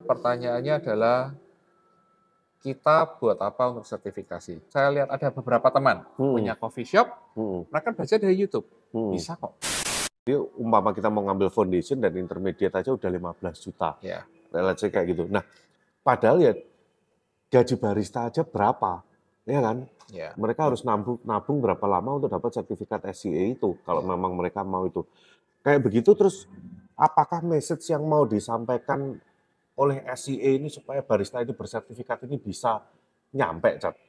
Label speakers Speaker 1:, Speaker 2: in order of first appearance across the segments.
Speaker 1: pertanyaannya adalah kita buat apa untuk sertifikasi? Saya lihat ada beberapa teman punya coffee shop, mereka belajar dari YouTube. Bisa kok.
Speaker 2: Jadi umpama kita mau ngambil foundation dan intermediate aja udah 15 juta.
Speaker 1: Ya.
Speaker 2: Let's say kayak gitu. Nah, padahal ya gaji barista aja berapa? Ya kan?
Speaker 1: Ya.
Speaker 2: Mereka harus nabung berapa lama untuk dapat sertifikat SCA itu kalau memang mereka mau itu. Kayak begitu terus apakah message yang mau disampaikan oleh SCA ini supaya barista ini bersertifikat ini bisa nyampe, Cat?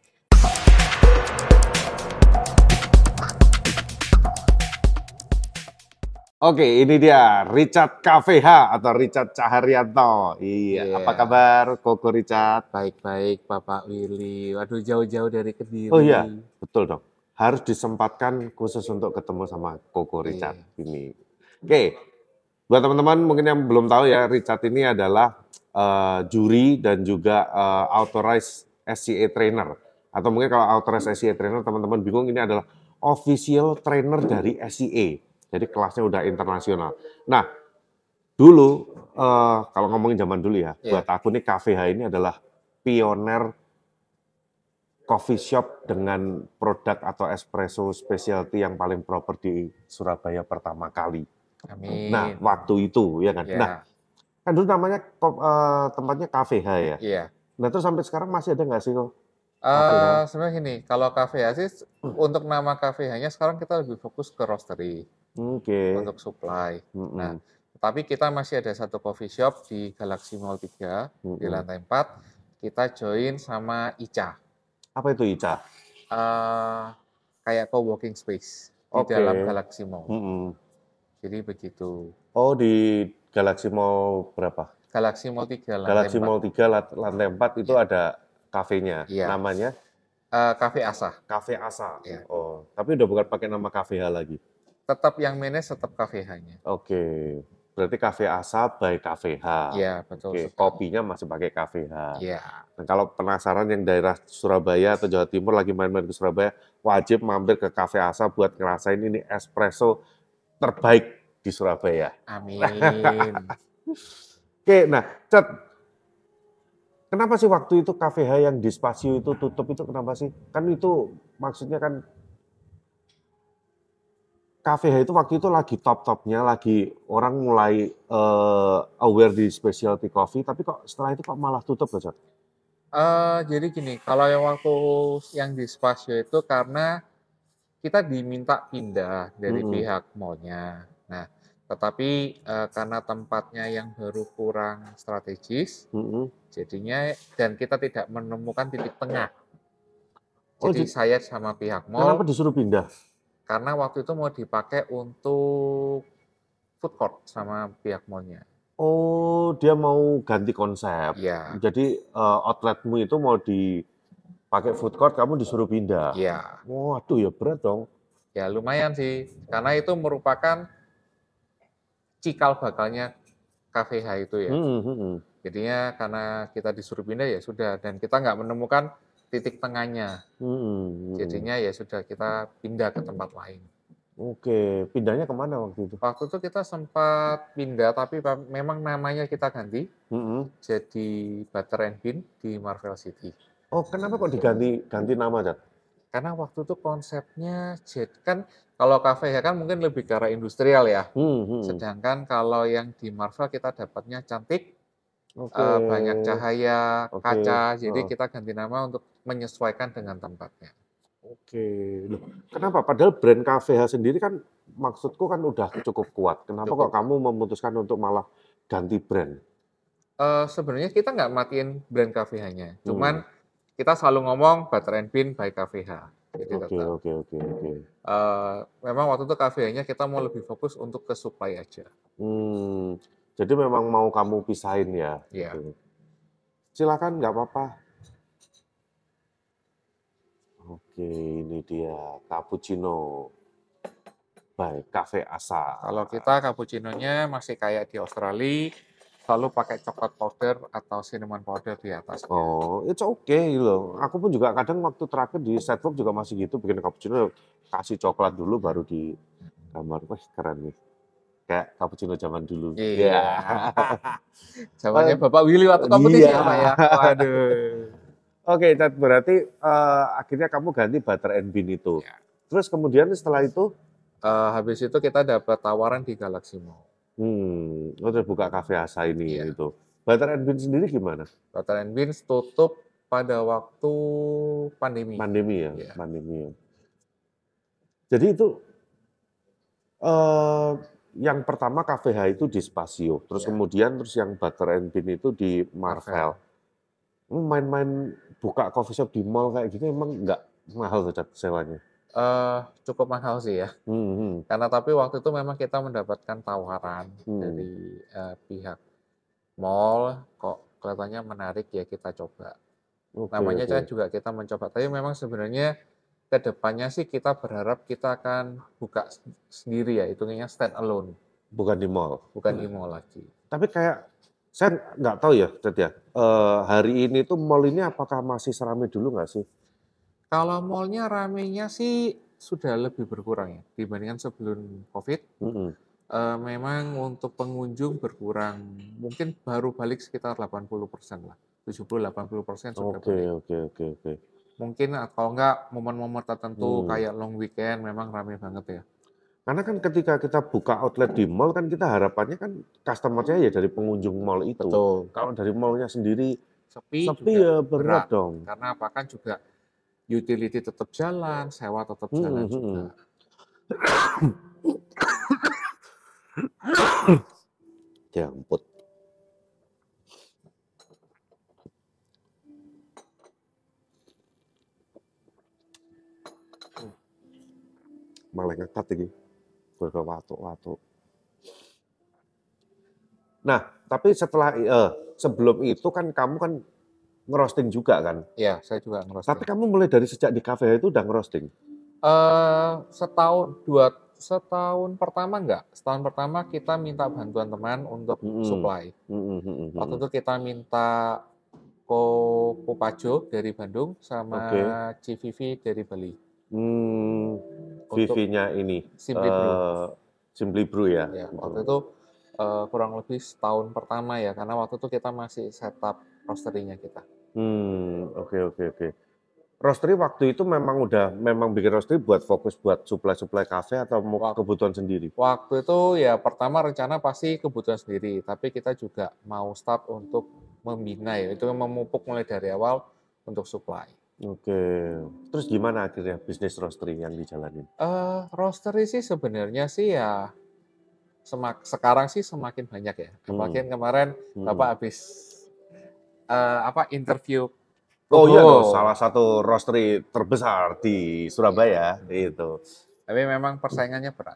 Speaker 2: Oke, ini dia Richard KVH atau Richard Caharyanto. Iya, apa kabar Koko Richard?
Speaker 1: Baik-baik Bapak Willy. Waduh, jauh-jauh dari Kediri.
Speaker 2: Oh iya, betul dong. Harus disempatkan khusus untuk ketemu sama Koko Richard ini. Oke, buat teman-teman mungkin yang belum tahu ya, Richard ini adalah juri dan juga authorized SCA trainer. Atau mungkin kalau authorized SCA trainer teman-teman bingung, ini adalah official trainer dari SCA. Jadi kelasnya udah internasional. Nah, dulu kalau ngomongin zaman dulu ya, buat aku nih KVH ini adalah pioner coffee shop dengan produk atau espresso specialty yang paling proper di Surabaya pertama kali.
Speaker 1: Amin.
Speaker 2: Nah, waktu itu ya kan. Nah, kan dulu namanya tempatnya KVH ya.
Speaker 1: Iya.
Speaker 2: Nah, terus sampai sekarang masih ada nggak sih kok?
Speaker 1: Sebenarnya gini, kalau KVH sih untuk nama KVH-nya sekarang kita lebih fokus ke roastery. Untuk supply. Nah, tapi kita masih ada satu coffee shop di Galaxy Mall 3 di lantai 4. Kita join sama ICA.
Speaker 2: Apa itu ICA?
Speaker 1: Kayak co-working space di dalam Galaxy Mall. Jadi begitu.
Speaker 2: Oh, di Galaxy Mall berapa?
Speaker 1: Galaxy Mall 3 lantai
Speaker 2: Galaxy
Speaker 1: 4.
Speaker 2: Mall 3 lantai 4 itu ada kafenya. Namanya?
Speaker 1: Cafe Asa.
Speaker 2: Cafe Asa.
Speaker 1: Ya.
Speaker 2: Oh, tapi udah bukan pakai nama KVH lagi.
Speaker 1: Tetap yang manage tetap KVH-nya.
Speaker 2: Oke. Berarti Cafe Asa by KVH.
Speaker 1: Iya, betul.
Speaker 2: Oke. Kopinya masih pakai KVH.
Speaker 1: Iya.
Speaker 2: Nah, kalau penasaran yang daerah Surabaya atau Jawa Timur lagi main-main ke Surabaya, wajib mampir ke Cafe Asa buat ngerasain ini espresso terbaik di Surabaya.
Speaker 1: Amin.
Speaker 2: Oke, nah, Cat, kenapa sih waktu itu KVH yang di Spasio itu tutup itu kenapa sih? Kan itu maksudnya kan KVH itu waktu itu lagi top-topnya, lagi orang mulai aware di specialty coffee, tapi kok setelah itu kok malah tutup loh, Cat?
Speaker 1: Jadi gini, kalau yang waktu yang di Spasio itu karena kita diminta pindah dari pihak mall-nya. Nah, tetapi karena tempatnya yang baru kurang strategis, jadinya dan kita tidak menemukan titik tengah. Jadi saya sama pihak mall.
Speaker 2: Kenapa disuruh pindah?
Speaker 1: Karena waktu itu mau dipakai untuk food court sama pihak mall-nya.
Speaker 2: Oh, dia mau ganti konsep.
Speaker 1: Iya.
Speaker 2: Jadi outletmu itu mau dipakai food court, kamu disuruh pindah.
Speaker 1: Iya.
Speaker 2: Waduh, ya berat dong.
Speaker 1: Ya lumayan sih, karena itu merupakan cikal bakalnya KVH itu ya. Jadinya karena kita disuruh pindah ya sudah, dan kita nggak menemukan titik tengahnya. Jadinya ya sudah kita pindah ke tempat lain.
Speaker 2: Oke, pindahnya kemana waktu itu?
Speaker 1: Waktu itu kita sempat pindah, tapi memang namanya kita ganti. Jadi Butter and Bean di Marvel City.
Speaker 2: Oh, kenapa kok ganti nama, Cat?
Speaker 1: Karena waktu itu konsepnya, kan kalau kafe ya kan mungkin lebih ke arah industrial ya. Sedangkan kalau yang di Marvel kita dapatnya cantik, banyak cahaya, kaca, jadi kita ganti nama untuk menyesuaikan dengan tempatnya.
Speaker 2: Oke, loh, kenapa? Padahal brand KVH sendiri kan maksudku kan udah cukup kuat. Kenapa kok kamu memutuskan untuk malah ganti brand?
Speaker 1: Sebenarnya kita nggak matiin brand KVH-nya, cuman kita selalu ngomong Butter and Bean by KVH. Jadi
Speaker 2: Oke.
Speaker 1: memang waktu itu KVH-nya kita mau lebih fokus untuk ke supply aja.
Speaker 2: Jadi memang mau kamu pisahin ya?
Speaker 1: Iya.
Speaker 2: Silakan, nggak apa-apa. Oke, ini dia cappuccino by Cafe Asa.
Speaker 1: Kalau kita cappuccino-nya masih kayak di Australia, selalu pakai coklat powder atau cinnamon powder di atasnya.
Speaker 2: Oh, it's okay loh. Aku pun juga kadang waktu terakhir di Setwork juga masih gitu, bikin cappuccino kasih coklat dulu baru di kamar. Wah, keren nih. kayak cappuccino zaman dulu.
Speaker 1: Iya.
Speaker 2: Iya.
Speaker 1: Zamannya
Speaker 2: Eh,
Speaker 1: Bapak Willy waktu kompetisi
Speaker 2: iya.
Speaker 1: ya, Pak ya? Waduh.
Speaker 2: Oke, Cat, berarti akhirnya kamu ganti Butter and Bean itu.
Speaker 1: Ya.
Speaker 2: Terus kemudian setelah itu,
Speaker 1: Habis itu kita dapat tawaran di Galaxy Mall.
Speaker 2: terus buka cafe asa ini
Speaker 1: Iya.
Speaker 2: itu. Butter and Bean sendiri gimana?
Speaker 1: Butter and Beans tutup pada waktu pandemi.
Speaker 2: Pandemi ya,
Speaker 1: Iya.
Speaker 2: pandemi ya. Jadi itu eh yang pertama Cafe H itu di Spasio, terus
Speaker 1: Iya.
Speaker 2: kemudian yang Butter and Bean itu di Marvel. Main-main buka coffee shop di mall kayak gitu emang nggak mahal tuh Cat, sewanya?
Speaker 1: Cukup mahal sih ya. Karena tapi waktu itu memang kita mendapatkan tawaran dari pihak mall, kok kelihatannya menarik ya kita coba.
Speaker 2: Oke,
Speaker 1: Namanya
Speaker 2: oke.
Speaker 1: kan juga kita mencoba. Tapi memang sebenarnya ke depannya sih kita berharap kita akan buka sendiri ya, hitungannya stand alone,
Speaker 2: Bukan di mall.
Speaker 1: bukan di mall lagi.
Speaker 2: Tapi kayak saya nggak tahu ya, Cat ya. Hari ini tuh mall ini apakah masih seramai dulu nggak sih?
Speaker 1: Kalau mallnya ramenya sih sudah lebih berkurang ya dibandingkan sebelum COVID. Memang untuk pengunjung berkurang, mungkin baru balik sekitar 80% lah, 70-80% sudah balik.
Speaker 2: Oke.
Speaker 1: Mungkin kalau enggak momen-momen tertentu kayak long weekend memang ramai banget ya.
Speaker 2: Karena kan ketika kita buka outlet di mall kan kita harapannya kan customer-nya ya dari pengunjung mall itu.
Speaker 1: Betul.
Speaker 2: Kalau dari mallnya sendiri
Speaker 1: Sepi
Speaker 2: sepi
Speaker 1: juga
Speaker 2: ya berat dong.
Speaker 1: karena apa kan juga utility tetap jalan, sewa tetap jalan juga.
Speaker 2: Jemput. Malah ngekat lagi. Berke-watuk-watuk. Nah, tapi setelah sebelum itu kan kamu kan ngerosting juga kan?
Speaker 1: Iya, saya juga
Speaker 2: Tapi
Speaker 1: ngerosting.
Speaker 2: kamu mulai dari sejak di cafe itu udah ngerosting?
Speaker 1: Setahun pertama enggak. Setahun pertama kita minta bantuan teman untuk supply. Waktu itu kita minta Kopajo dari Bandung sama CVV dari Bali.
Speaker 2: VV-nya ini
Speaker 1: Simply Brew.
Speaker 2: Simply Brew ya.
Speaker 1: Ya, waktu itu kurang lebih setahun pertama ya, karena waktu itu kita masih setup roastery-nya kita.
Speaker 2: Oke. Roastery waktu itu memang bikin roastery buat fokus buat supply kafe atau mau kebutuhan sendiri?
Speaker 1: Waktu itu ya pertama rencana pasti kebutuhan sendiri, tapi kita juga mau start untuk membina ya, itu memupuk mulai dari awal untuk supply.
Speaker 2: Oke. Terus gimana akhirnya bisnis roastery yang dijalanin?
Speaker 1: Roastery sih sebenarnya sih ya sekarang sih semakin banyak ya. Apalagi kemarin Bapak habis interview.
Speaker 2: Oh iya dong, salah satu roastery terbesar di Surabaya itu.
Speaker 1: Tapi memang persaingannya berat.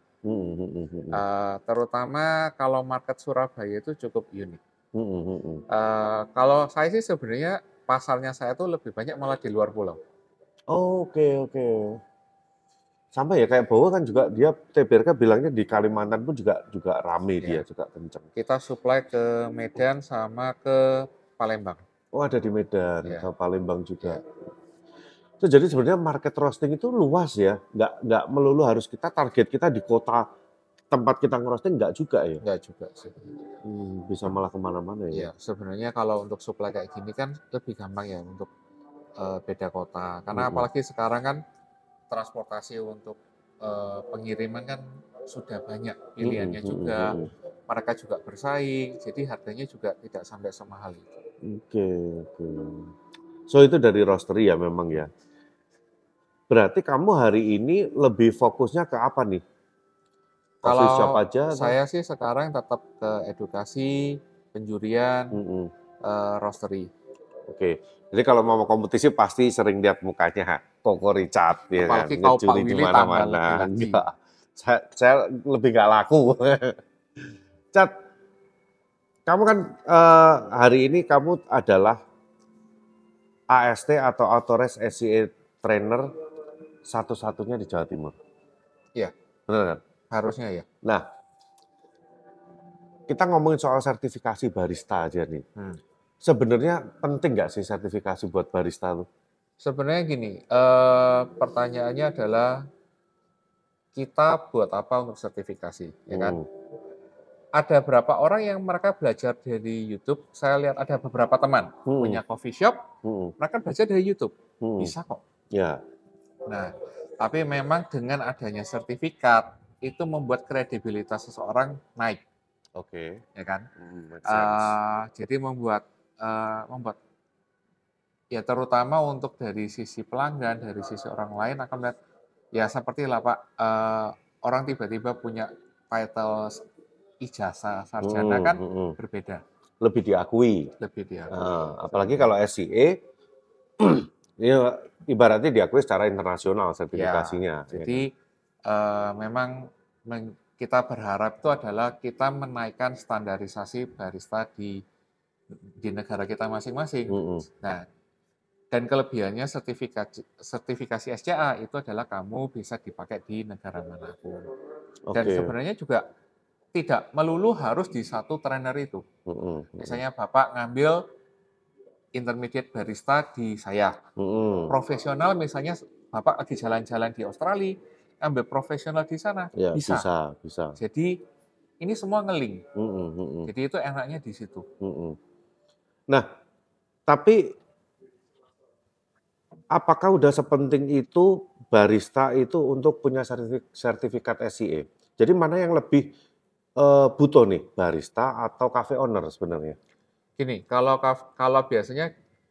Speaker 1: Terutama kalau market Surabaya itu cukup unik. Kalau saya sih sebenarnya pasarnya saya tuh lebih banyak malah di luar pulau.
Speaker 2: Oke. Sampai ya kayak Bowo kan juga dia TBRK bilangnya di Kalimantan pun juga rame dia juga kenceng.
Speaker 1: Kita supply ke Medan sama ke Palembang.
Speaker 2: Oh ada di Medan, ke Palembang juga. So, jadi sebenarnya market roasting itu luas ya, nggak melulu harus target kita di kota tempat kita ngerosting nggak juga ya?
Speaker 1: Nggak juga sih.
Speaker 2: Bisa malah kemana-mana ya?
Speaker 1: Iya, sebenarnya kalau untuk supply kayak gini kan lebih gampang ya untuk beda kota. Karena apalagi sekarang kan transportasi untuk pengiriman kan sudah banyak pilihannya juga. Mereka juga bersaing, jadi harganya juga tidak sampai semahal itu.
Speaker 2: Oke. So itu dari roastery ya memang ya. Berarti kamu hari ini lebih fokusnya ke apa nih? Coffee shop aja?
Speaker 1: Saya sih sekarang tetap ke edukasi, penjurian, roastery.
Speaker 2: Oke. Jadi kalau mau kompetisi pasti sering lihat mukanya Koko Richard ya kan,
Speaker 1: Apalagi kalau Pak
Speaker 2: ngejuri di
Speaker 1: Willy
Speaker 2: mana-mana. Enggak. Saya lebih nggak laku. Cat, kamu kan hari ini kamu adalah AST atau Authorized SCA Trainer satu-satunya di Jawa Timur.
Speaker 1: Iya.
Speaker 2: Benar kan?
Speaker 1: Harusnya ya.
Speaker 2: Nah, kita ngomongin soal sertifikasi barista aja nih. Sebenarnya penting nggak sih sertifikasi buat barista tuh?
Speaker 1: Sebenarnya gini, pertanyaannya adalah kita buat apa untuk sertifikasi, ya kan? ada berapa orang yang mereka belajar dari YouTube. Saya lihat ada beberapa teman punya coffee shop, mereka belajar dari YouTube. Bisa kok.
Speaker 2: Ya.
Speaker 1: Nah, tapi memang dengan adanya sertifikat itu membuat kredibilitas seseorang naik,
Speaker 2: Oke.
Speaker 1: ya kan?
Speaker 2: Make sense.
Speaker 1: Jadi membuat ya terutama untuk dari sisi pelanggan, dari sisi orang lain akan melihat ya seperti lah Pak, orang tiba-tiba punya title ijazah sarjana kan berbeda,
Speaker 2: Lebih diakui.
Speaker 1: lebih dia.
Speaker 2: Apalagi kalau SCA, ya ibaratnya diakui secara internasional
Speaker 1: Ya,
Speaker 2: sertifikasinya.
Speaker 1: jadi memang kita berharap itu adalah kita menaikkan standarisasi barista di negara kita masing-masing. Nah, dan kelebihannya sertifikasi SCA itu adalah kamu bisa dipakai di negara manapun. Dan sebenarnya juga tidak melulu harus di satu trainer itu. Misalnya Bapak ngambil intermediate barista di saya. Profesional misalnya Bapak lagi jalan-jalan di Australia, ambil profesional di sana,
Speaker 2: Ya,
Speaker 1: bisa.
Speaker 2: bisa.
Speaker 1: Jadi ini semua ngeling. Jadi itu enaknya di situ.
Speaker 2: Nah, tapi apakah udah sepenting itu barista itu untuk punya sertifikat SCA? Jadi mana yang lebih butuh nih, barista atau cafe owner sebenarnya?
Speaker 1: Gini, kalau biasanya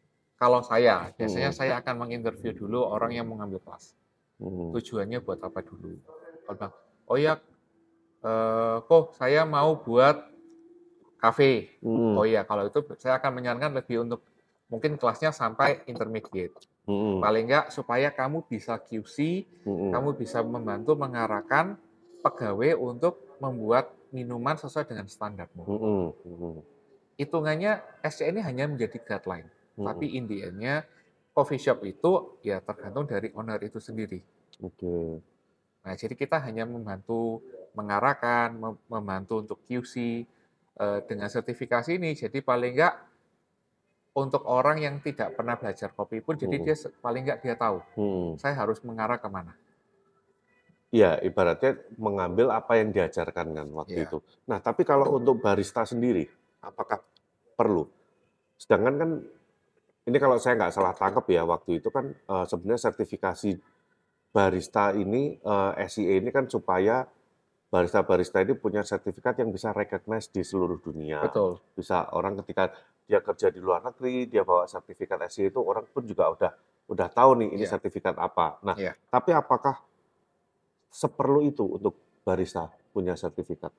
Speaker 1: saya akan menginterview dulu orang yang mau ngambil kelas. Tujuannya buat apa dulu? Oh ya, kok saya mau buat kafe. Oh iya, kalau itu saya akan menyarankan lebih untuk mungkin kelasnya sampai intermediate. Paling enggak supaya kamu bisa QC, kamu bisa membantu mengarahkan pegawai untuk membuat minuman sesuai dengan standarmu. Hitungannya SCA ini hanya menjadi guideline, tapi in the end-nya coffee shop itu ya tergantung dari owner itu sendiri. Nah, jadi kita hanya membantu mengarahkan, membantu untuk QC dengan sertifikasi ini. Jadi paling enggak untuk orang yang tidak pernah belajar kopi pun, jadi dia paling enggak dia tahu, saya harus mengarah kemana.
Speaker 2: Ya, ibaratnya mengambil apa yang diajarkan kan waktu itu. Nah, tapi kalau untuk barista sendiri, apakah perlu? Sedangkan kan, ini kalau saya nggak salah tangkap ya, waktu itu kan sebenarnya sertifikasi barista ini, SCA ini kan supaya barista-barista ini punya sertifikat yang bisa recognize di seluruh dunia.
Speaker 1: Betul.
Speaker 2: Bisa orang ketika dia kerja di luar negeri, dia bawa sertifikat SCA itu, orang pun juga udah tahu nih ini sertifikat apa. Nah, tapi apakah seperlu itu untuk barista punya sertifikat?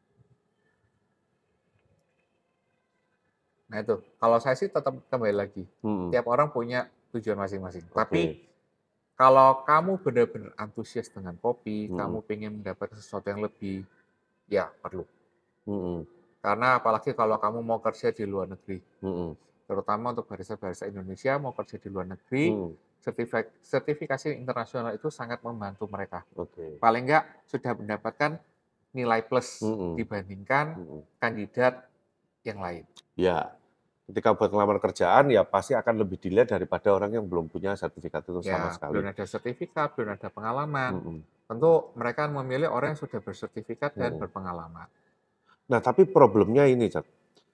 Speaker 1: Nah itu, kalau saya sih tetap kembali lagi. Tiap orang punya tujuan masing-masing. Tapi kalau kamu benar-benar antusias dengan kopi, kamu pengen mendapat sesuatu yang lebih, ya perlu. Karena apalagi kalau kamu mau kerja di luar negeri, terutama untuk barista-barista Indonesia mau kerja di luar negeri, sertifikasi internasional itu sangat membantu mereka. Paling enggak sudah mendapatkan nilai plus dibandingkan kandidat yang lain.
Speaker 2: Ya, ketika buat ngelamar kerjaan ya pasti akan lebih dilihat daripada orang yang belum punya sertifikat itu sama sekali.
Speaker 1: Belum ada sertifikat, belum ada pengalaman. Tentu mereka memilih orang yang sudah bersertifikat dan berpengalaman.
Speaker 2: Nah, tapi problemnya ini, Cat.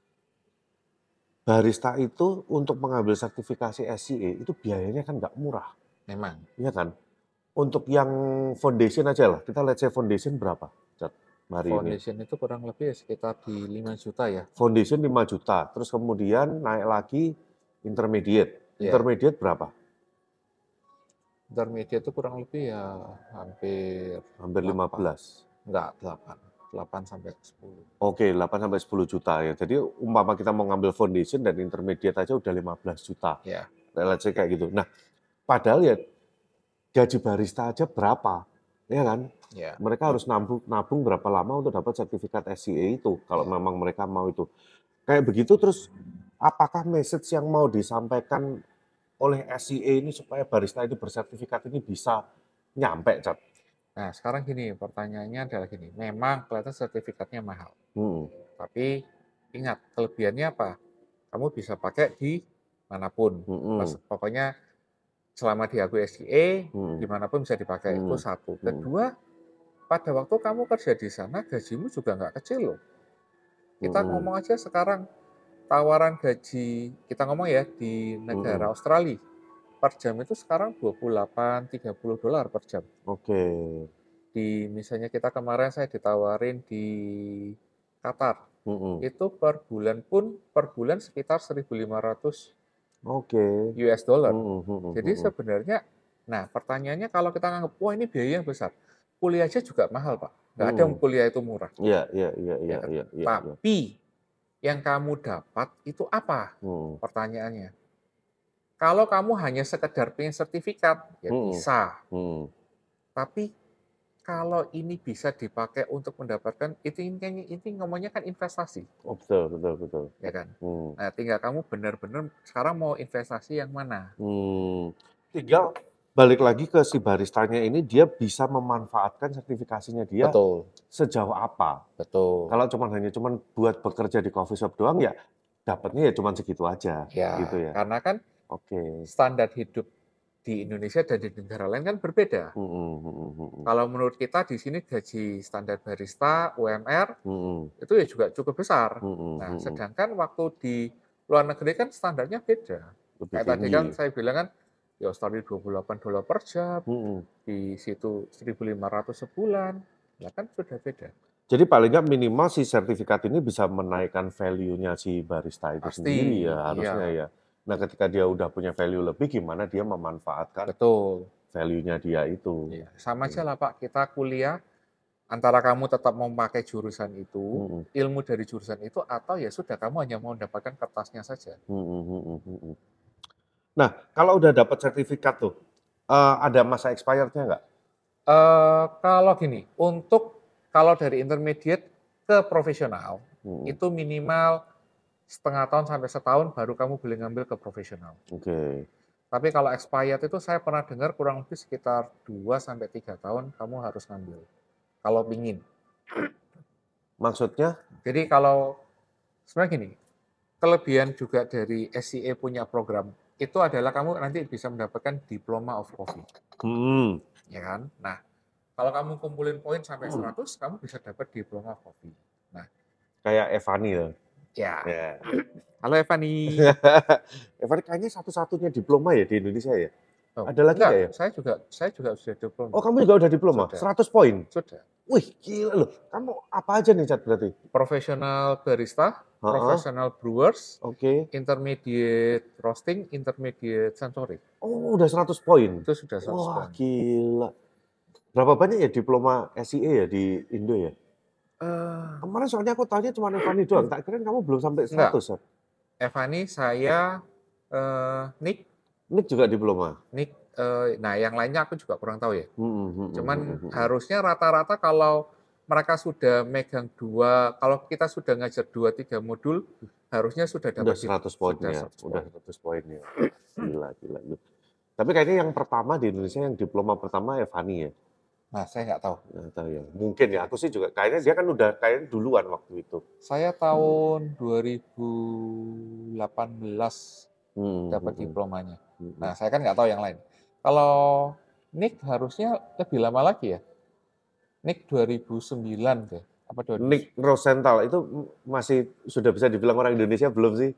Speaker 2: Barista itu untuk mengambil sertifikasi SCA itu biayanya kan nggak murah.
Speaker 1: Memang.
Speaker 2: Iya kan? Untuk yang foundation aja lah, kita lihat saya foundation berapa, Cat, hari
Speaker 1: Foundation itu kurang lebih sekitar di 5 juta ya.
Speaker 2: Foundation 5 juta, terus kemudian naik lagi intermediate. Intermediate berapa?
Speaker 1: Intermediate itu kurang lebih ya hampir
Speaker 2: 15.
Speaker 1: Enggak, 8 sampai 10.
Speaker 2: Oke, 8 sampai 10 juta ya. Jadi umpama kita mau ngambil foundation dan intermediate aja udah 15 juta.
Speaker 1: Ya.
Speaker 2: Let's say kayak gitu. Nah, padahal ya gaji barista aja berapa, ya kan?
Speaker 1: Ya.
Speaker 2: Mereka harus nabung berapa lama untuk dapat sertifikat SCA itu, kalau memang mereka mau itu. Kayak begitu, terus apakah message yang mau disampaikan oleh SCA ini supaya barista ini bersertifikat ini bisa nyampe, Cat?
Speaker 1: Nah, sekarang gini, pertanyaannya adalah gini, memang kelihatan sertifikatnya mahal. Tapi ingat, kelebihannya apa? Kamu bisa pakai di manapun. Pokoknya selama diakui SCA, dimanapun bisa dipakai. Itu satu. Kedua, pada waktu kamu kerja di sana, gajimu juga nggak kecil loh. Kita ngomong aja sekarang tawaran gaji, kita ngomong ya di negara Australia, per jam itu sekarang $28-30 per jam.
Speaker 2: Oke.
Speaker 1: Di misalnya kita kemarin saya ditawarin di Qatar, itu per bulan sekitar 1.500
Speaker 2: Oke.
Speaker 1: US dollar. Jadi sebenarnya, nah pertanyaannya kalau kita nganggap, wah ini biayanya besar, kuliah aja juga mahal Pak, nggak ada yang kuliah itu murah.
Speaker 2: Iya,
Speaker 1: Ya kan?
Speaker 2: iya.
Speaker 1: Tapi yang kamu dapat itu apa? Pertanyaannya. Kalau kamu hanya sekedar pengen sertifikat, ya bisa. Tapi kalau ini bisa dipakai untuk mendapatkan, itu ngomongnya kan investasi,
Speaker 2: Oh, betul.
Speaker 1: ya kan? Nah, tinggal kamu benar-benar sekarang mau investasi yang mana?
Speaker 2: Tinggal balik lagi ke si baristanya ini, dia bisa memanfaatkan sertifikasinya dia
Speaker 1: Betul,
Speaker 2: sejauh apa.
Speaker 1: betul.
Speaker 2: Kalau hanya buat bekerja di coffee shop doang, ya dapatnya ya cuman segitu aja,
Speaker 1: Ya,
Speaker 2: gitu ya.
Speaker 1: karena kan
Speaker 2: Oke.
Speaker 1: standar hidup di Indonesia dan di negara lain kan berbeda. Kalau menurut kita di sini gaji standar barista UMR itu ya juga cukup besar. Nah, sedangkan waktu di luar negeri kan standarnya beda.
Speaker 2: Lebih
Speaker 1: Kayak tadi
Speaker 2: tinggi.
Speaker 1: kan saya bilang kan di Australia $28 per jam, di situ 1.500 sebulan, ya kan sudah beda.
Speaker 2: Jadi paling nggak minimal si sertifikat ini bisa menaikkan value-nya si barista itu
Speaker 1: Pasti,
Speaker 2: sendiri ya harusnya
Speaker 1: iya.
Speaker 2: ya. Nah ketika dia udah punya value lebih, gimana dia memanfaatkan
Speaker 1: Betul.
Speaker 2: value-nya dia itu.
Speaker 1: Iya, sama aja lah Pak, kita kuliah antara kamu tetap memakai jurusan itu, ilmu dari jurusan itu, atau ya sudah kamu hanya mau mendapatkan kertasnya saja.
Speaker 2: Nah, kalau udah dapat sertifikat tuh, ada masa expired-nya nggak?
Speaker 1: Kalau gini, kalau dari intermediate ke profesional, itu minimal setengah tahun sampai setahun baru kamu boleh ngambil ke profesional.
Speaker 2: Oke.
Speaker 1: Tapi kalau expired itu saya pernah dengar kurang lebih sekitar 2 sampai 3 tahun kamu harus ngambil. Kalau pingin.
Speaker 2: Maksudnya?
Speaker 1: Jadi kalau sebenarnya gini, kelebihan juga dari SCA punya program itu adalah kamu nanti bisa mendapatkan diploma of coffee. Ya kan? Nah, kalau kamu kumpulin poin sampai 100, kamu bisa dapat diploma of coffee. Nah,
Speaker 2: kayak Evani ya.
Speaker 1: Ya.
Speaker 2: Yeah.
Speaker 1: Halo Evani.
Speaker 2: Evani kayaknya satu-satunya diploma ya di Indonesia ya?
Speaker 1: Oh,
Speaker 2: ada lagi nggak ya?
Speaker 1: Saya juga sudah diploma.
Speaker 2: Oh, kamu juga udah diploma?
Speaker 1: Sudah.
Speaker 2: 100 poin?
Speaker 1: Sudah.
Speaker 2: Wih, gila loh. Kamu apa aja nih, Cat, berarti?
Speaker 1: Profesional barista, profesional brewers, intermediate roasting, intermediate sensory.
Speaker 2: Oh, udah 100 poin?
Speaker 1: Itu sudah 100 poin.
Speaker 2: Wah, gila. Berapa banyak ya diploma SCA ya di Indo ya? Kemarin soalnya aku tanya cuma Evani doang, tak kira kamu belum sampai 100 ya?
Speaker 1: Evani, saya, Nick
Speaker 2: juga diploma?
Speaker 1: Nick, nah yang lainnya aku juga kurang tahu ya. Cuman harusnya rata-rata kalau mereka sudah megang kalau kita sudah ngajar 2-3 modul, harusnya sudah dapat
Speaker 2: 100 poin ya. Udah 100 poin ya. Gila. Tapi kayaknya yang pertama di Indonesia, yang diploma pertama Evani ya?
Speaker 1: Nah, saya nggak tahu.
Speaker 2: Nggak tahu ya. Mungkin ya, aku sih juga kayaknya dia kan udah kayaknya duluan waktu itu.
Speaker 1: Saya tahun 2018 dapat diplomanya. Nah, saya kan nggak tahu yang lain. Kalau Nick harusnya lebih lama lagi ya. Nick 2009 deh. Apa 2009?
Speaker 2: Nick Rosenthal itu masih sudah bisa dibilang orang Indonesia belum sih?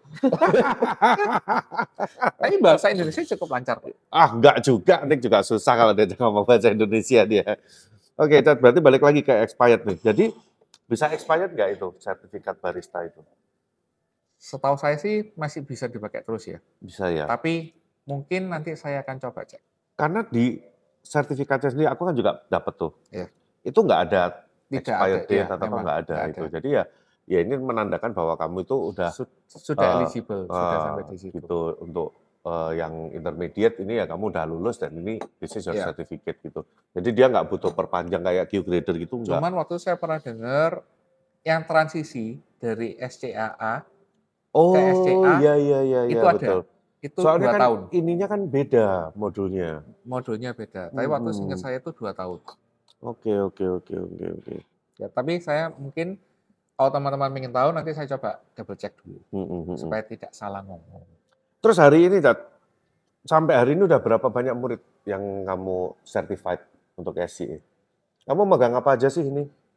Speaker 1: Tapi bahasa Indonesia cukup lancar.
Speaker 2: Enggak juga. Nick juga susah kalau dia ngomong bahasa Indonesia dia. Oke, berarti balik lagi ke expired nih. Jadi bisa expired nggak itu sertifikat barista itu?
Speaker 1: Setahu saya sih masih bisa dipakai terus ya.
Speaker 2: Bisa ya.
Speaker 1: Tapi mungkin nanti saya akan coba cek.
Speaker 2: Karena di sertifikatnya sendiri aku kan juga dapat tuh.
Speaker 1: Ya.
Speaker 2: Itu nggak ada
Speaker 1: expired
Speaker 2: date atau apa, nggak ada itu. Jadi ya ini menandakan bahwa kamu itu
Speaker 1: sudah eligible, sudah sampai di situ.
Speaker 2: Gitu, untuk yang intermediate ini ya kamu udah lulus dan ini this is your certificate gitu. Jadi dia nggak butuh perpanjang kayak Q grader gitu enggak.
Speaker 1: Cuman waktu saya pernah dengar yang transisi dari SCAA ke SCA
Speaker 2: iya,
Speaker 1: itu
Speaker 2: betul.
Speaker 1: ada. Itu
Speaker 2: soalnya
Speaker 1: 2
Speaker 2: kan
Speaker 1: tahun.
Speaker 2: Ininya kan beda modulnya.
Speaker 1: Modulnya beda. Tapi waktu seingat saya itu 2 tahun.
Speaker 2: Oke.
Speaker 1: Ya, tapi saya mungkin kalau teman-teman ingin tahu nanti saya coba double check dulu supaya tidak salah ngomong.
Speaker 2: Terus hari ini, sampai hari ini udah berapa banyak murid yang kamu certified untuk SCA? Kamu megang apa aja sih ini?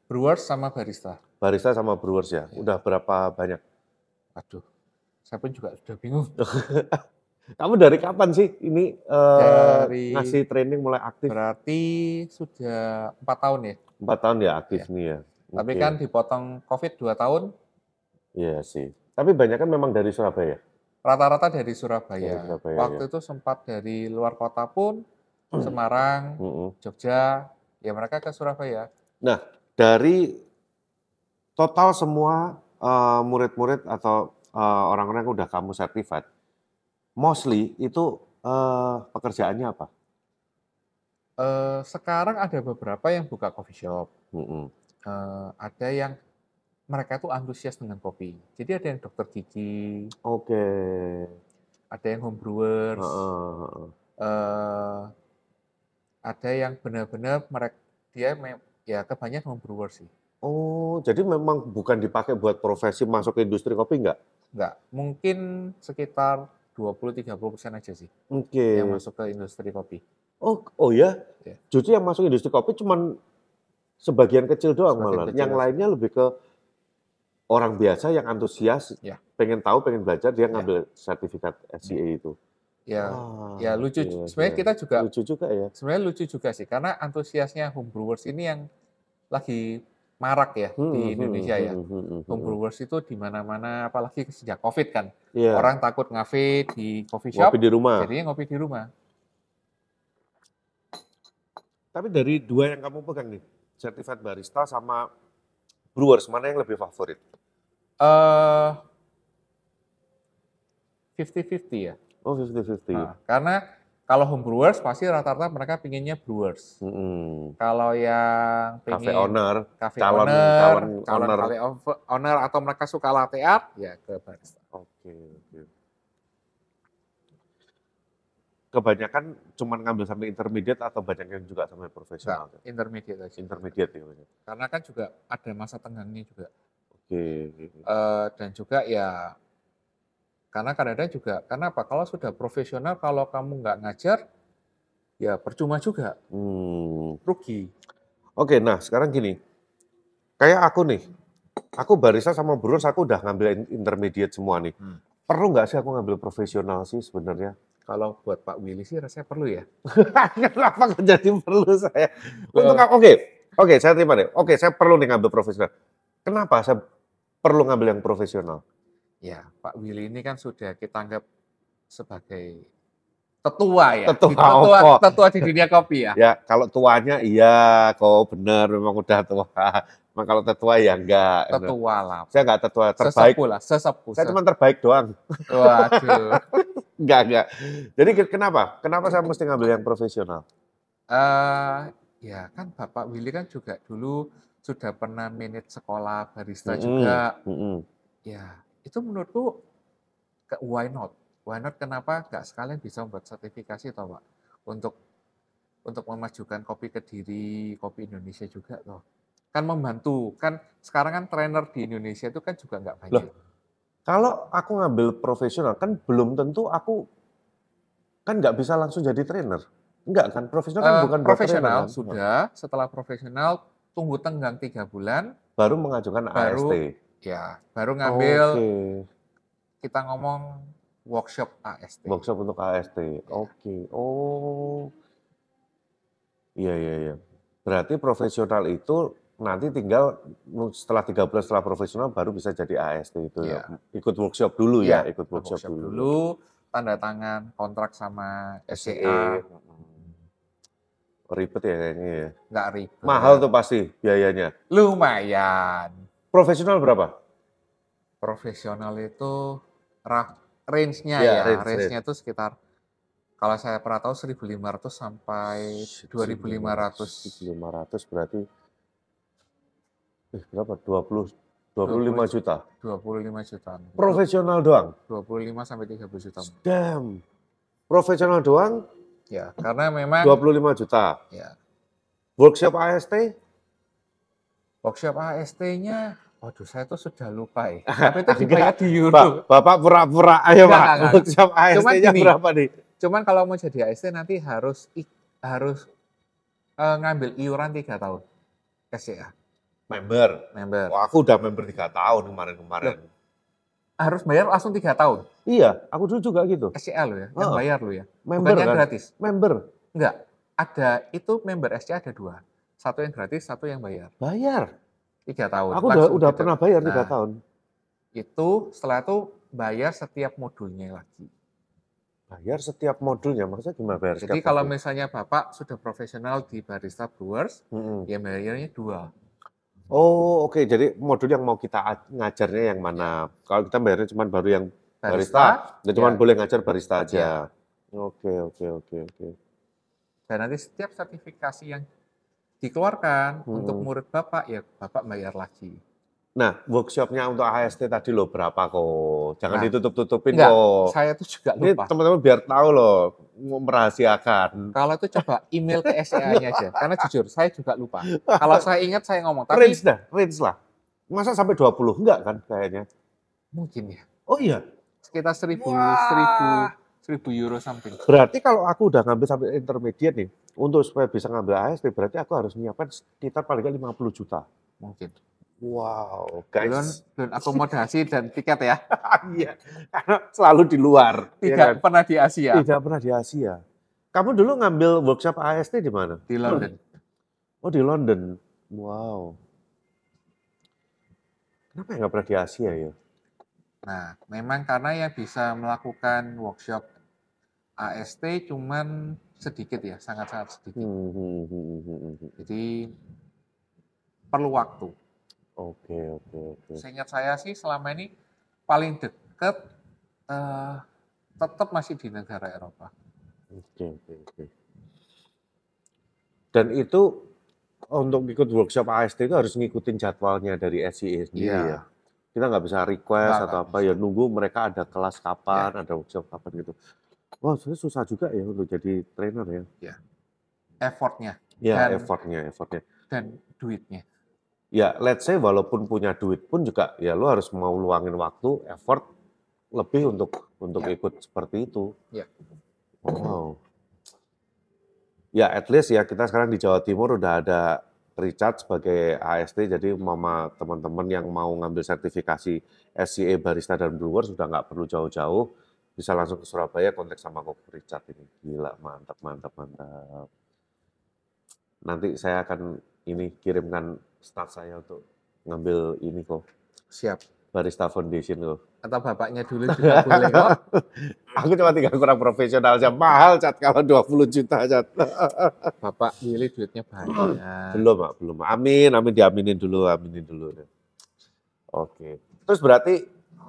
Speaker 1: Brewers sama barista.
Speaker 2: Barista sama brewers ya.
Speaker 1: Ya.
Speaker 2: Udah berapa banyak?
Speaker 1: Aduh, saya pun juga sudah bingung.
Speaker 2: Kamu dari kapan sih ini
Speaker 1: Dari
Speaker 2: ngasih training mulai aktif?
Speaker 1: berarti sudah 4 tahun ya.
Speaker 2: 4 tahun ya aktif
Speaker 1: Ya.
Speaker 2: nih ya.
Speaker 1: Tapi
Speaker 2: Oke.
Speaker 1: kan dipotong COVID 2 tahun,
Speaker 2: Iya sih. Tapi banyak kan memang dari Surabaya.
Speaker 1: rata-rata dari Surabaya.
Speaker 2: Dari Surabaya,
Speaker 1: Waktu itu sempat dari luar kota pun, Semarang,
Speaker 2: Mm-mm.
Speaker 1: Jogja, ya mereka ke Surabaya.
Speaker 2: Nah, dari total semua murid-murid atau orang-orang yang udah kamu certified, mostly itu pekerjaannya apa?
Speaker 1: Sekarang ada beberapa yang buka coffee shop.
Speaker 2: Mm-mm.
Speaker 1: Ada yang mereka tuh antusias dengan kopi. Jadi ada yang dokter gigi,
Speaker 2: Oke.
Speaker 1: ada yang home brewers,
Speaker 2: Heeh.
Speaker 1: eh, ada yang benar-benar mereka ya kebanyakan home brewers sih.
Speaker 2: Oh, jadi memang bukan dipakai buat profesi masuk ke industri kopi nggak?
Speaker 1: Enggak, mungkin sekitar 20-30% aja sih
Speaker 2: Oke.
Speaker 1: yang masuk ke industri kopi.
Speaker 2: Oh ya?
Speaker 1: Ya.
Speaker 2: Justru yang masuk industri kopi cuman sebagian kecil doang
Speaker 1: Sebagian
Speaker 2: malah.
Speaker 1: kecil
Speaker 2: Yang
Speaker 1: aja.
Speaker 2: lainnya lebih ke orang biasa yang antusias,
Speaker 1: Ya.
Speaker 2: pengen tahu, pengen belajar, dia
Speaker 1: Ya.
Speaker 2: ngambil sertifikat SCA itu.
Speaker 1: Ya,
Speaker 2: Wah,
Speaker 1: ya lucu.
Speaker 2: gila,
Speaker 1: Sebenarnya
Speaker 2: gila.
Speaker 1: kita juga
Speaker 2: Lucu juga ya.
Speaker 1: sebenarnya lucu juga sih karena antusiasnya home brewers ini yang lagi marak ya di Indonesia ya. Home brewers itu di mana-mana apalagi sejak Covid kan.
Speaker 2: Iya.
Speaker 1: Orang takut ngafe di coffee shop,
Speaker 2: Ngopi di rumah.
Speaker 1: jadinya ngopi di rumah.
Speaker 2: Tapi dari dua yang kamu pegang nih, certified barista sama brewers, mana yang lebih favorit?
Speaker 1: 50-50 ya.
Speaker 2: Oh, 50-50.
Speaker 1: Nah, karena kalau home brewers pasti rata-rata mereka pinginnya brewers. Kalau yang
Speaker 2: Cafe
Speaker 1: pengen
Speaker 2: owner,
Speaker 1: cafe
Speaker 2: calon
Speaker 1: calon
Speaker 2: owner.
Speaker 1: cafe owner atau mereka suka latte art, ya ke barista.
Speaker 2: Oke. Kebanyakan cuma ngambil sampai intermediate atau banyak yang juga sampai profesional?
Speaker 1: Enggak, intermediate aja.
Speaker 2: Intermediate ya.
Speaker 1: Karena kan juga ada masa tenggangnya juga.
Speaker 2: Oke.
Speaker 1: Dan juga ya karena kadang-kadang juga, karena apa? Kalau sudah profesional, kalau kamu nggak ngajar, ya percuma juga, rugi.
Speaker 2: Oke, nah sekarang gini, kayak aku nih, aku barista sama brewers aku udah ngambil intermediate semua nih. Perlu nggak sih aku ngambil profesional sih sebenarnya?
Speaker 1: Kalau buat Pak Willy sih rasanya perlu ya.
Speaker 2: Kenapa kok jadi perlu saya? Untuk oke, saya terima deh. Oke, saya perlu nih ngambil profesional. Kenapa saya perlu ngambil yang profesional?
Speaker 1: Ya, Pak Willy ini kan sudah kita anggap sebagai tetua ya. Tetua di dunia kopi ya.
Speaker 2: Ya, kalau tuanya iya, kok benar memang udah tua. Nah, kalau tetua ya enggak.
Speaker 1: Tetua lah.
Speaker 2: Saya enggak tetua, terbaik.
Speaker 1: Sesepuh lah, sesepuh.
Speaker 2: Saya cuma terbaik doang.
Speaker 1: Waduh.
Speaker 2: Enggak. Jadi kenapa? Kenapa saya mesti ngambil yang profesional?
Speaker 1: Ya kan Bapak Willy kan juga dulu sudah pernah manage sekolah barista juga. Ya, itu menurutku why not? Why not kenapa nggak sekalian bisa membuat sertifikasi toh Pak? Untuk memajukan kopi Kediri, kopi Indonesia juga toh. Kan membantu, kan sekarang kan trainer di Indonesia itu kan juga nggak banyak.
Speaker 2: Loh, kalau aku ngambil profesional kan belum tentu aku kan nggak bisa langsung jadi trainer. Enggak kan, profesional kan bukan
Speaker 1: profesional
Speaker 2: trainer, kan?
Speaker 1: Sudah, setelah profesional tunggu tenggang 3 bulan.
Speaker 2: Baru mengajukan AST.
Speaker 1: Ya, baru ngambil, kita ngomong workshop AST.
Speaker 2: Workshop untuk AST, oke. Oh, iya. Berarti profesional itu nanti tinggal setelah 3 bulan setelah profesional baru bisa jadi AST itu ya. Ikut workshop dulu ya, ikut workshop dulu.
Speaker 1: Tanda tangan kontrak sama SCA.
Speaker 2: Ribet ya kayaknya ya.
Speaker 1: Nggak ribet.
Speaker 2: Mahal tuh pasti biayanya.
Speaker 1: Lumayan.
Speaker 2: Profesional berapa?
Speaker 1: Profesional itu range-nya range-nya itu sekitar, kalau saya pernah tahu 1.500 sampai 2.500.
Speaker 2: 1.500 berarti berapa? 25 juta.
Speaker 1: 25 juta.
Speaker 2: Profesional doang.
Speaker 1: 25 sampai 30 juta.
Speaker 2: Damn. Profesional doang?
Speaker 1: Ya, karena memang
Speaker 2: 25 juta.
Speaker 1: Ya.
Speaker 2: Workshop AST?
Speaker 1: Workshop AST-nya, waduh saya tuh sudah lupa ya. Tapi itu dibayar di euro.
Speaker 2: Bapak pura-pura ayo Pak. Workshop AST-nya berapa nih?
Speaker 1: Cuman kalau mau jadi AST nanti harus ngambil iuran 3 tahun SCA.
Speaker 2: Member.
Speaker 1: member.
Speaker 2: Wah, aku udah member 3 tahun kemarin-kemarin.
Speaker 1: Harus bayar langsung 3 tahun.
Speaker 2: Iya, aku dulu juga gitu.
Speaker 1: SCA lo ya, yang
Speaker 2: Heeh.
Speaker 1: bayar lo ya.
Speaker 2: Member
Speaker 1: Bukannya
Speaker 2: kan?
Speaker 1: gratis.
Speaker 2: Member.
Speaker 1: Enggak, ada itu member SCA ada 2. Satu yang gratis, satu yang bayar.
Speaker 2: Bayar.
Speaker 1: 3 tahun.
Speaker 2: Aku
Speaker 1: langsung
Speaker 2: udah
Speaker 1: gitu.
Speaker 2: pernah bayar 3
Speaker 1: Nah,
Speaker 2: tahun.
Speaker 1: itu setelah itu bayar setiap modulnya lagi.
Speaker 2: Bayar setiap modulnya, maksudnya gimana bayar
Speaker 1: Jadi
Speaker 2: setiap
Speaker 1: kalau
Speaker 2: modul?
Speaker 1: misalnya Bapak sudah profesional di Barista Brewers,
Speaker 2: Mm-mm.
Speaker 1: ya bayarnya 2.
Speaker 2: Oh, oke. Jadi modul yang mau kita ngajarnya yang mana? Kalau kita bayarnya cuma baru yang barista, ya cuma
Speaker 1: ya,
Speaker 2: boleh ngajar barista
Speaker 1: ya.
Speaker 2: aja. Oke.
Speaker 1: Dan nanti setiap sertifikasi yang dikeluarkan untuk murid Bapak, ya Bapak bayar lagi.
Speaker 2: Nah, workshopnya untuk AST tadi loh berapa kok? Jangan
Speaker 1: Nah,
Speaker 2: ditutup-tutupin
Speaker 1: enggak,
Speaker 2: kok.
Speaker 1: saya tuh juga
Speaker 2: Ini
Speaker 1: lupa.
Speaker 2: teman-teman biar tahu loh, mau merahasiakan.
Speaker 1: Kalau itu coba email ke SCA-nya aja, karena jujur saya juga lupa. Kalau saya ingat saya ngomong, tapi
Speaker 2: Range lah. Masa sampai 20? Enggak kan kayaknya.
Speaker 1: mungkin ya.
Speaker 2: Oh iya.
Speaker 1: Sekitar 1000 euro something.
Speaker 2: Berarti kalau aku udah ngambil sampai intermediate nih, untuk supaya bisa ngambil AST, berarti aku harus menyiapkan sekitar paling nggak 50 juta.
Speaker 1: Mungkin.
Speaker 2: Wow,
Speaker 1: Belum
Speaker 2: guys.
Speaker 1: akomodasi dan tiket ya.
Speaker 2: Iya, karena selalu di luar. ya
Speaker 1: Tidak
Speaker 2: kan?
Speaker 1: pernah di Asia.
Speaker 2: Tidak pernah di Asia. Kamu dulu ngambil workshop AST di mana?
Speaker 1: Di London.
Speaker 2: Oh, di London. Wow. Kenapa nggak pernah di Asia ya?
Speaker 1: Nah, memang karena yang bisa melakukan workshop AST cuman sedikit ya, sangat-sangat sedikit. Jadi perlu waktu.
Speaker 2: Oke.
Speaker 1: Seingat saya sih selama ini paling dekat tetap masih di negara Eropa.
Speaker 2: Oke. Dan itu untuk ikut workshop AST itu harus ngikutin jadwalnya dari SCA sendiri ya. Kita nggak bisa request atau apa ya, nunggu mereka ada kelas kapan, ada workshop kapan gitu. Wah, sebenarnya susah juga ya untuk jadi trainer ya.
Speaker 1: Ya, effortnya.
Speaker 2: Ya, effortnya.
Speaker 1: Dan duitnya.
Speaker 2: Ya, let's say walaupun punya duit pun juga ya lo harus mau luangin waktu, effort lebih untuk ikut seperti itu.
Speaker 1: Ya.
Speaker 2: Wow. Ya, at least ya kita sekarang di Jawa Timur udah ada Richard sebagai AST, jadi mama teman-teman yang mau ngambil sertifikasi SCA Barista dan Brewer sudah nggak perlu jauh-jauh, bisa langsung ke Surabaya kontak sama Koko Richard ini. Gila, mantap. Nanti saya akan kirimkan staff saya untuk ngambil ini kok.
Speaker 1: Siap.
Speaker 2: Barista Foundation kok.
Speaker 1: Atau bapaknya dulu juga boleh kok.
Speaker 2: Aku cuma tinggal kurang profesional aja. Mahal, Cat, kalau 20 juta, Cat.
Speaker 1: Bapak Willy duitnya banyak.
Speaker 2: Belum. Amin, diaminin dulu. Oke. Terus berarti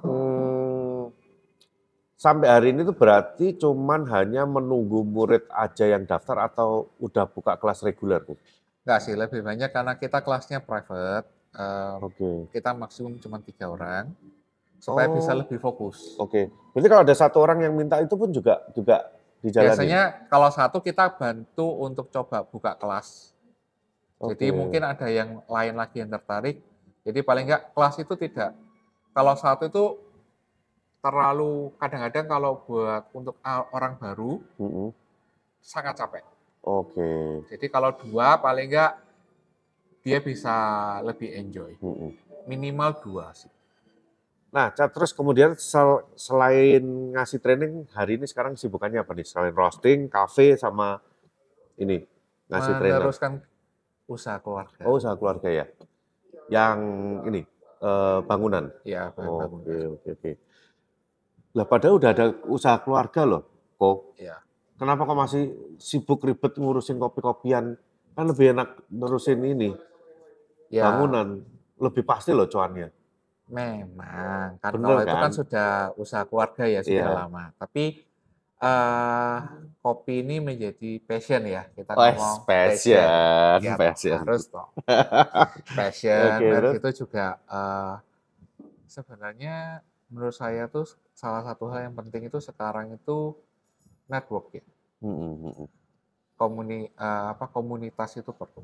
Speaker 2: sampai hari ini tuh berarti cuman hanya menunggu murid aja yang daftar atau udah buka kelas reguler, Bu?
Speaker 1: Enggak sih, lebih banyak karena kita kelasnya private. Kita maksimum cuma 3 orang supaya bisa lebih fokus.
Speaker 2: Oke. Berarti kalau ada 1 orang yang minta itu pun juga dijalani?
Speaker 1: Biasanya kalau 1 kita bantu untuk coba buka kelas. Jadi mungkin ada yang lain lagi yang tertarik. Jadi paling enggak kelas itu tidak. Kalau 1 itu terlalu kadang-kadang kalau buat untuk orang baru sangat capek.
Speaker 2: Oke.
Speaker 1: Jadi kalau 2 paling enggak dia bisa lebih enjoy. Minimal 2 sih.
Speaker 2: Nah, terus kemudian selain ngasih training, hari ini sekarang sibukannya apa nih? Selain roasting, cafe, sama ini, ngasih trainer?
Speaker 1: Meneruskan usaha keluarga.
Speaker 2: Oh, usaha keluarga ya? Yang ini, bangunan?
Speaker 1: Iya, bangunan.
Speaker 2: Oke. Lah padahal udah ada usaha keluarga loh, kok.
Speaker 1: Iya.
Speaker 2: Kenapa kok masih sibuk ribet ngurusin kopi-kopian? Kan lebih enak nerusin ini, bangunan. Lebih pasti loh cuannya.
Speaker 1: Memang, kan
Speaker 2: Bener
Speaker 1: kalau itu kan
Speaker 2: kan?
Speaker 1: sudah usaha keluarga ya, sudah lama. Tapi kopi ini menjadi passion ya, kita ngomong
Speaker 2: passion.
Speaker 1: Ya,
Speaker 2: Passion.
Speaker 1: harus toh. Passion, dan itu juga sebenarnya menurut saya tuh salah satu hal yang penting itu sekarang itu network ya. Komunitas itu perlu.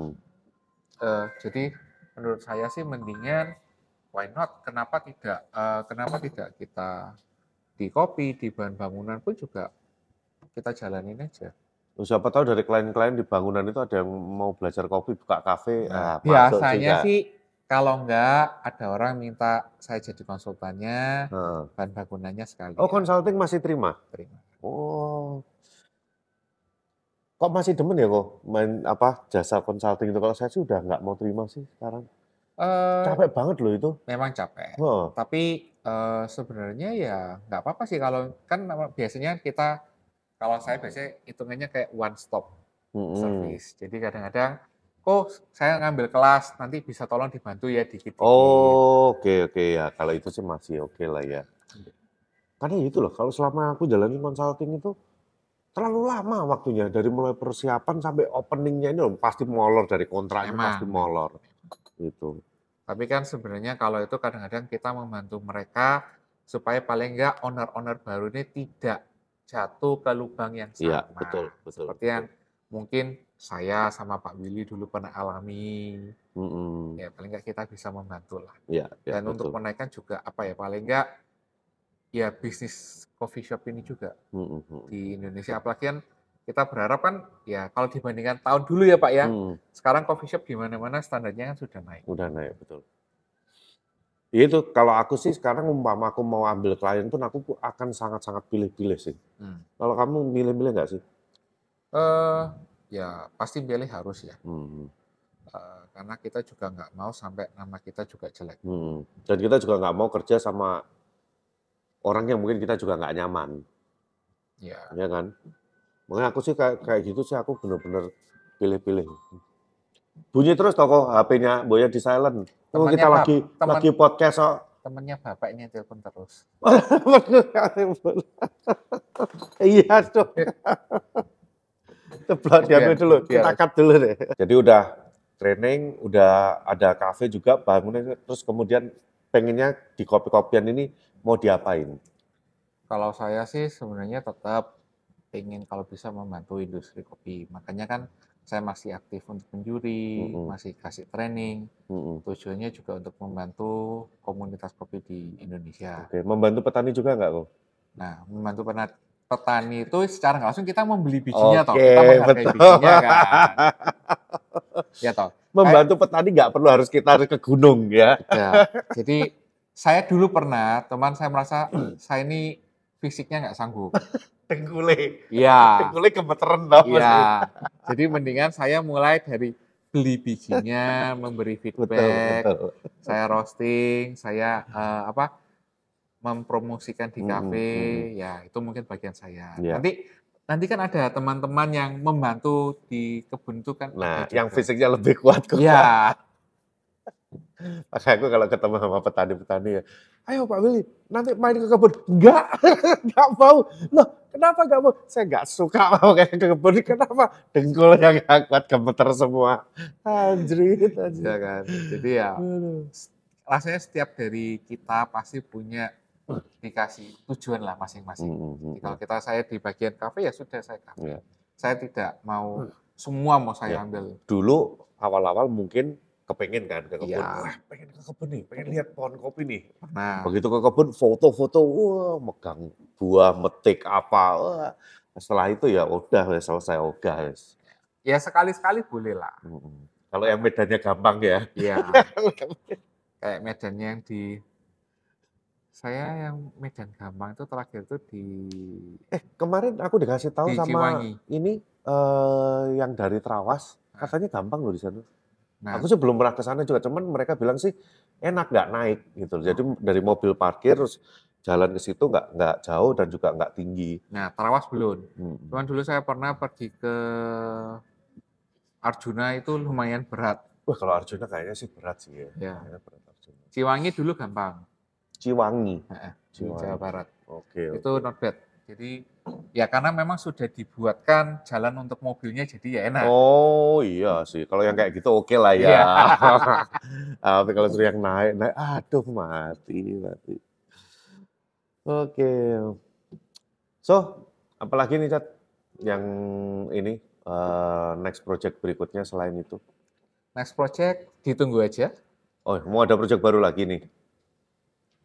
Speaker 1: Jadi menurut saya sih mendingan why not? Kenapa tidak kita di kopi, di bahan bangunan pun juga kita jalanin aja.
Speaker 2: Siapa tahu dari klien-klien di bangunan itu ada yang mau belajar kopi, buka kafe,
Speaker 1: Nah,
Speaker 2: masuk sih,
Speaker 1: biasanya
Speaker 2: Kak.
Speaker 1: sih kalau enggak ada orang minta saya jadi konsultannya,
Speaker 2: Heeh.
Speaker 1: bahan bangunannya
Speaker 2: Oh,
Speaker 1: sekalian.
Speaker 2: consulting masih terima?
Speaker 1: Terima.
Speaker 2: Oh, kok masih demen ya kok main jasa consulting itu? Kalau saya sih udah nggak mau terima sih sekarang.
Speaker 1: Eh,
Speaker 2: Capek banget loh itu.
Speaker 1: memang capek.
Speaker 2: Heeh.
Speaker 1: Tapi sebenarnya ya nggak apa-apa sih kalau kan biasanya kita kalau saya biasanya hitungannya kayak one stop
Speaker 2: Mm-mm.
Speaker 1: service. Jadi kadang-kadang, kok saya ngambil kelas nanti bisa tolong dibantu ya dikit-dikit.
Speaker 2: Oh, oke ya. Kalau itu sih masih oke lah ya. Karena itu loh, kalau selama aku jalanin consulting itu terlalu lama waktunya. Dari mulai persiapan sampai openingnya ini loh, pasti molor dari kontraknya pasti
Speaker 1: Memang.
Speaker 2: molor. Gitu.
Speaker 1: Tapi kan sebenarnya kalau itu kadang-kadang kita membantu mereka supaya paling enggak owner-owner baru ini tidak jatuh ke lubang yang
Speaker 2: Iya,
Speaker 1: sama.
Speaker 2: betul.
Speaker 1: Seperti yang mungkin saya sama Pak Willy dulu pernah alami.
Speaker 2: Mm-mm.
Speaker 1: Ya paling enggak kita bisa membantu lah.
Speaker 2: Iya,
Speaker 1: Dan untuk
Speaker 2: betul.
Speaker 1: menaikkan juga apa ya paling enggak ya bisnis coffee shop ini juga
Speaker 2: Mm-mm.
Speaker 1: di Indonesia. Apalagi kan kita berharap kan ya kalau dibandingkan tahun dulu ya Pak ya, sekarang coffee shop di mana-mana standarnya kan sudah naik.
Speaker 2: Udah naik, betul. Itu kalau aku sih sekarang umpama aku mau ambil klien pun aku akan sangat-sangat pilih-pilih sih. Kalau kamu milih-milih nggak sih?
Speaker 1: Ya pasti pilih harus ya.
Speaker 2: Hmm.
Speaker 1: Karena kita juga nggak mau sampai nama kita juga jelek.
Speaker 2: Dan kita juga nggak mau kerja sama orang yang mungkin kita juga nggak nyaman.
Speaker 1: Ya.
Speaker 2: Ya kan? Makanya aku sih kayak gitu sih aku bener-bener pilih-pilih. Bunyi terus toko HP-nya Boya di silent. Tunggu kita lagi podcast kok.
Speaker 1: Temennya bapak ini telepon terus.
Speaker 2: Iya dong. Coba diambil dulu, kita cut dulu deh. Jadi udah training, udah ada cafe juga bangunnya, terus kemudian pengennya di kopi-kopian ini mau diapain?
Speaker 1: Kalau saya sih sebenarnya tetap pengen kalau bisa membantu industri kopi. Makanya kan saya masih aktif untuk menjuri, masih kasih training. Tujuannya juga untuk membantu komunitas kopi di Indonesia.
Speaker 2: Oke, membantu petani juga nggak kok?
Speaker 1: Nah, membantu petani itu secara nggak langsung kita membeli bijinya toh, kita
Speaker 2: Oke,
Speaker 1: menghargai
Speaker 2: betul.
Speaker 1: bijinya kan. Ya toh.
Speaker 2: Membantu petani nggak perlu harus kita harus ke gunung ya.
Speaker 1: Ya, jadi saya dulu pernah, teman saya merasa saya ini fisiknya nggak sanggup.
Speaker 2: Tengkulé.
Speaker 1: Iya.
Speaker 2: Tengkulé gemeteran tau
Speaker 1: Iya.
Speaker 2: pasti.
Speaker 1: Jadi mendingan saya mulai dari beli bijinya, memberi feedback,
Speaker 2: Betul.
Speaker 1: saya roasting, saya mempromosikan di kafe, ya itu mungkin bagian saya.
Speaker 2: Ya.
Speaker 1: Nanti kan ada teman-teman yang membantu di kebun itu kan.
Speaker 2: Nah,
Speaker 1: ada
Speaker 2: yang
Speaker 1: juga.
Speaker 2: fisiknya lebih kuat kok.
Speaker 1: Ya.
Speaker 2: Makanya aku kalau ketemu sama petani-petani ya, ayo Pak Willy, nanti main ke kebun. Enggak, enggak mau. Loh, kenapa enggak mau? Saya enggak suka mau kayak ke kebun. Kenapa? Dengkul yang enggak kuat, gemeter semua. Anjrit.
Speaker 1: Ya kan. Jadi ya, rasanya setiap dari kita pasti punya dikasih tujuan lah masing-masing. Kalau saya di bagian kafe ya sudah saya kafe. Saya tidak mau semua mau saya ambil.
Speaker 2: Dulu awal-awal mungkin kepengen kan ke kebun.
Speaker 1: Ya.
Speaker 2: Wah, pengen ke kebun nih, pengen lihat pohon kopi nih.
Speaker 1: Nah,
Speaker 2: begitu ke kebun foto-foto, wah megang buah, metik apa. Wah. Setelah itu ya udah selesai ogah.
Speaker 1: Ya sekali-sekali boleh lah.
Speaker 2: Kalau yang medannya gampang ya.
Speaker 1: Iya. Kayak medannya yang di saya yang medan gampang itu terakhir itu di
Speaker 2: kemarin aku dikasih tahu sama
Speaker 1: Ciwangi.
Speaker 2: Ini yang dari Trawas, katanya gampang loh di sana.
Speaker 1: Nah,
Speaker 2: aku sih belum pernah ke sana juga, cuman mereka bilang sih enak nggak naik gitu. Jadi dari mobil parkir terus jalan ke situ nggak jauh dan juga nggak tinggi.
Speaker 1: Nah, Trawas belum. Cuman dulu saya pernah pergi ke Arjuna itu lumayan berat.
Speaker 2: Wah, kalau Arjuna kayaknya sih berat sih ya.
Speaker 1: Ya. Berat Arjuna. Ciwangi dulu gampang.
Speaker 2: Ciwangi.
Speaker 1: Di Jawa Barat.
Speaker 2: Oke.
Speaker 1: Itu not bad. Jadi ya karena memang sudah dibuatkan jalan untuk mobilnya jadi ya enak.
Speaker 2: Oh iya sih, kalau yang kayak gitu oke lah ya. Tapi kalau suruh yang naik, aduh mati. Oke. So, apalagi nih Cat yang ini next project berikutnya selain itu?
Speaker 1: Next project ditunggu aja.
Speaker 2: Oh, mau ada project baru lagi nih?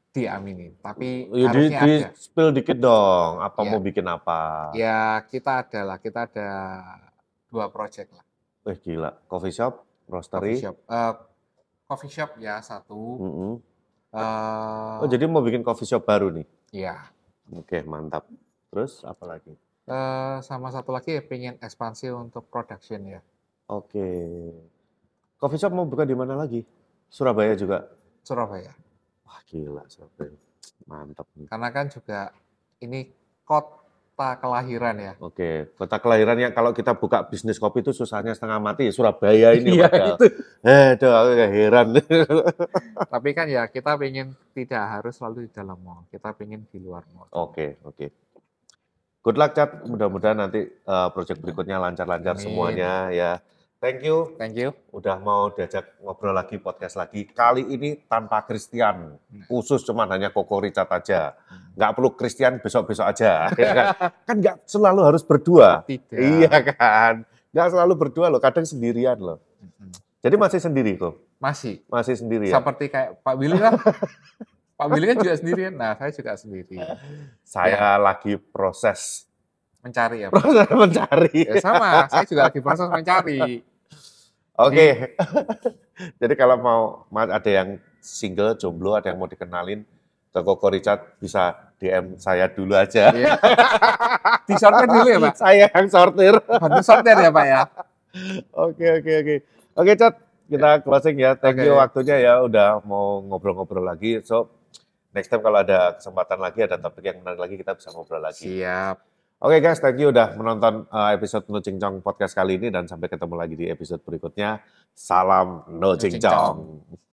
Speaker 1: diaminin, tapi
Speaker 2: Ya
Speaker 1: harusnya
Speaker 2: di
Speaker 1: ada.
Speaker 2: spill dikit dong, apa
Speaker 1: Ya,
Speaker 2: mau bikin apa?
Speaker 1: ya kita ada 2 project lah.
Speaker 2: Gila, coffee shop,
Speaker 1: Coffee
Speaker 2: roastery.
Speaker 1: shop, coffee shop ya 1,
Speaker 2: Mm-mm. Oh,
Speaker 1: eee,
Speaker 2: jadi mau bikin coffee shop baru nih?
Speaker 1: ya,
Speaker 2: Oke, mantap. Terus apa lagi?
Speaker 1: sama satu lagi ya pengen ekspansi untuk production ya,
Speaker 2: Oke. Coffee shop mau buka di mana lagi? Surabaya juga?
Speaker 1: Surabaya.
Speaker 2: Wah, gila Surabaya. Mantap nih.
Speaker 1: Karena kan juga ini kota kelahiran ya.
Speaker 2: Oke, kota kelahirannya kalau kita buka bisnis kopi itu susahnya setengah mati, Surabaya ini
Speaker 1: Iya
Speaker 2: padahal.
Speaker 1: itu.
Speaker 2: Aduh, aku kayak heran.
Speaker 1: Tapi kan ya kita pengen tidak harus selalu di dalam mall, kita pengen di luar mall.
Speaker 2: Oke. Good luck, Cat. Mudah-mudahan nanti project berikutnya lancar-lancar
Speaker 1: Amin.
Speaker 2: semuanya ya. Thank you.
Speaker 1: Thank you.
Speaker 2: Udah mau diajak ngobrol lagi, podcast lagi. Kali ini tanpa Christian. Khusus cuman hanya Koko Richard aja. Nggak perlu Christian besok-besok aja. Ya kan? Kan nggak selalu harus berdua.
Speaker 1: Tidak.
Speaker 2: Iya kan? Nggak selalu berdua loh, kadang sendirian loh. Jadi masih sendiri kok?
Speaker 1: Masih.
Speaker 2: Masih sendiri ya?
Speaker 1: Seperti kayak Pak Willy kan. Pak Willy kan juga sendirian. Nah, saya juga sendiri.
Speaker 2: Saya lagi proses
Speaker 1: Mencari ya, Pak.
Speaker 2: proses mencari.
Speaker 1: Ya sama, saya juga lagi proses mencari.
Speaker 2: Oke. Jadi kalau mau ada yang single, jomblo, ada yang mau dikenalin ke Koko Richard, bisa DM saya dulu aja.
Speaker 1: Iya. Disortir dulu ya, Pak?
Speaker 2: Saya yang sortir.
Speaker 1: Bantu sortir ya, Pak ya?
Speaker 2: Oke. Oke, Cat. Kita closing ya. Thank you
Speaker 1: Oke.
Speaker 2: waktunya ya. Udah mau ngobrol-ngobrol lagi. So, next time kalau ada kesempatan lagi, ada topik yang menarik lagi, kita bisa ngobrol lagi.
Speaker 1: Siap.
Speaker 2: Oke guys, thank you udah menonton episode No Cincong Podcast kali ini dan sampai ketemu lagi di episode berikutnya. Salam No Cincong.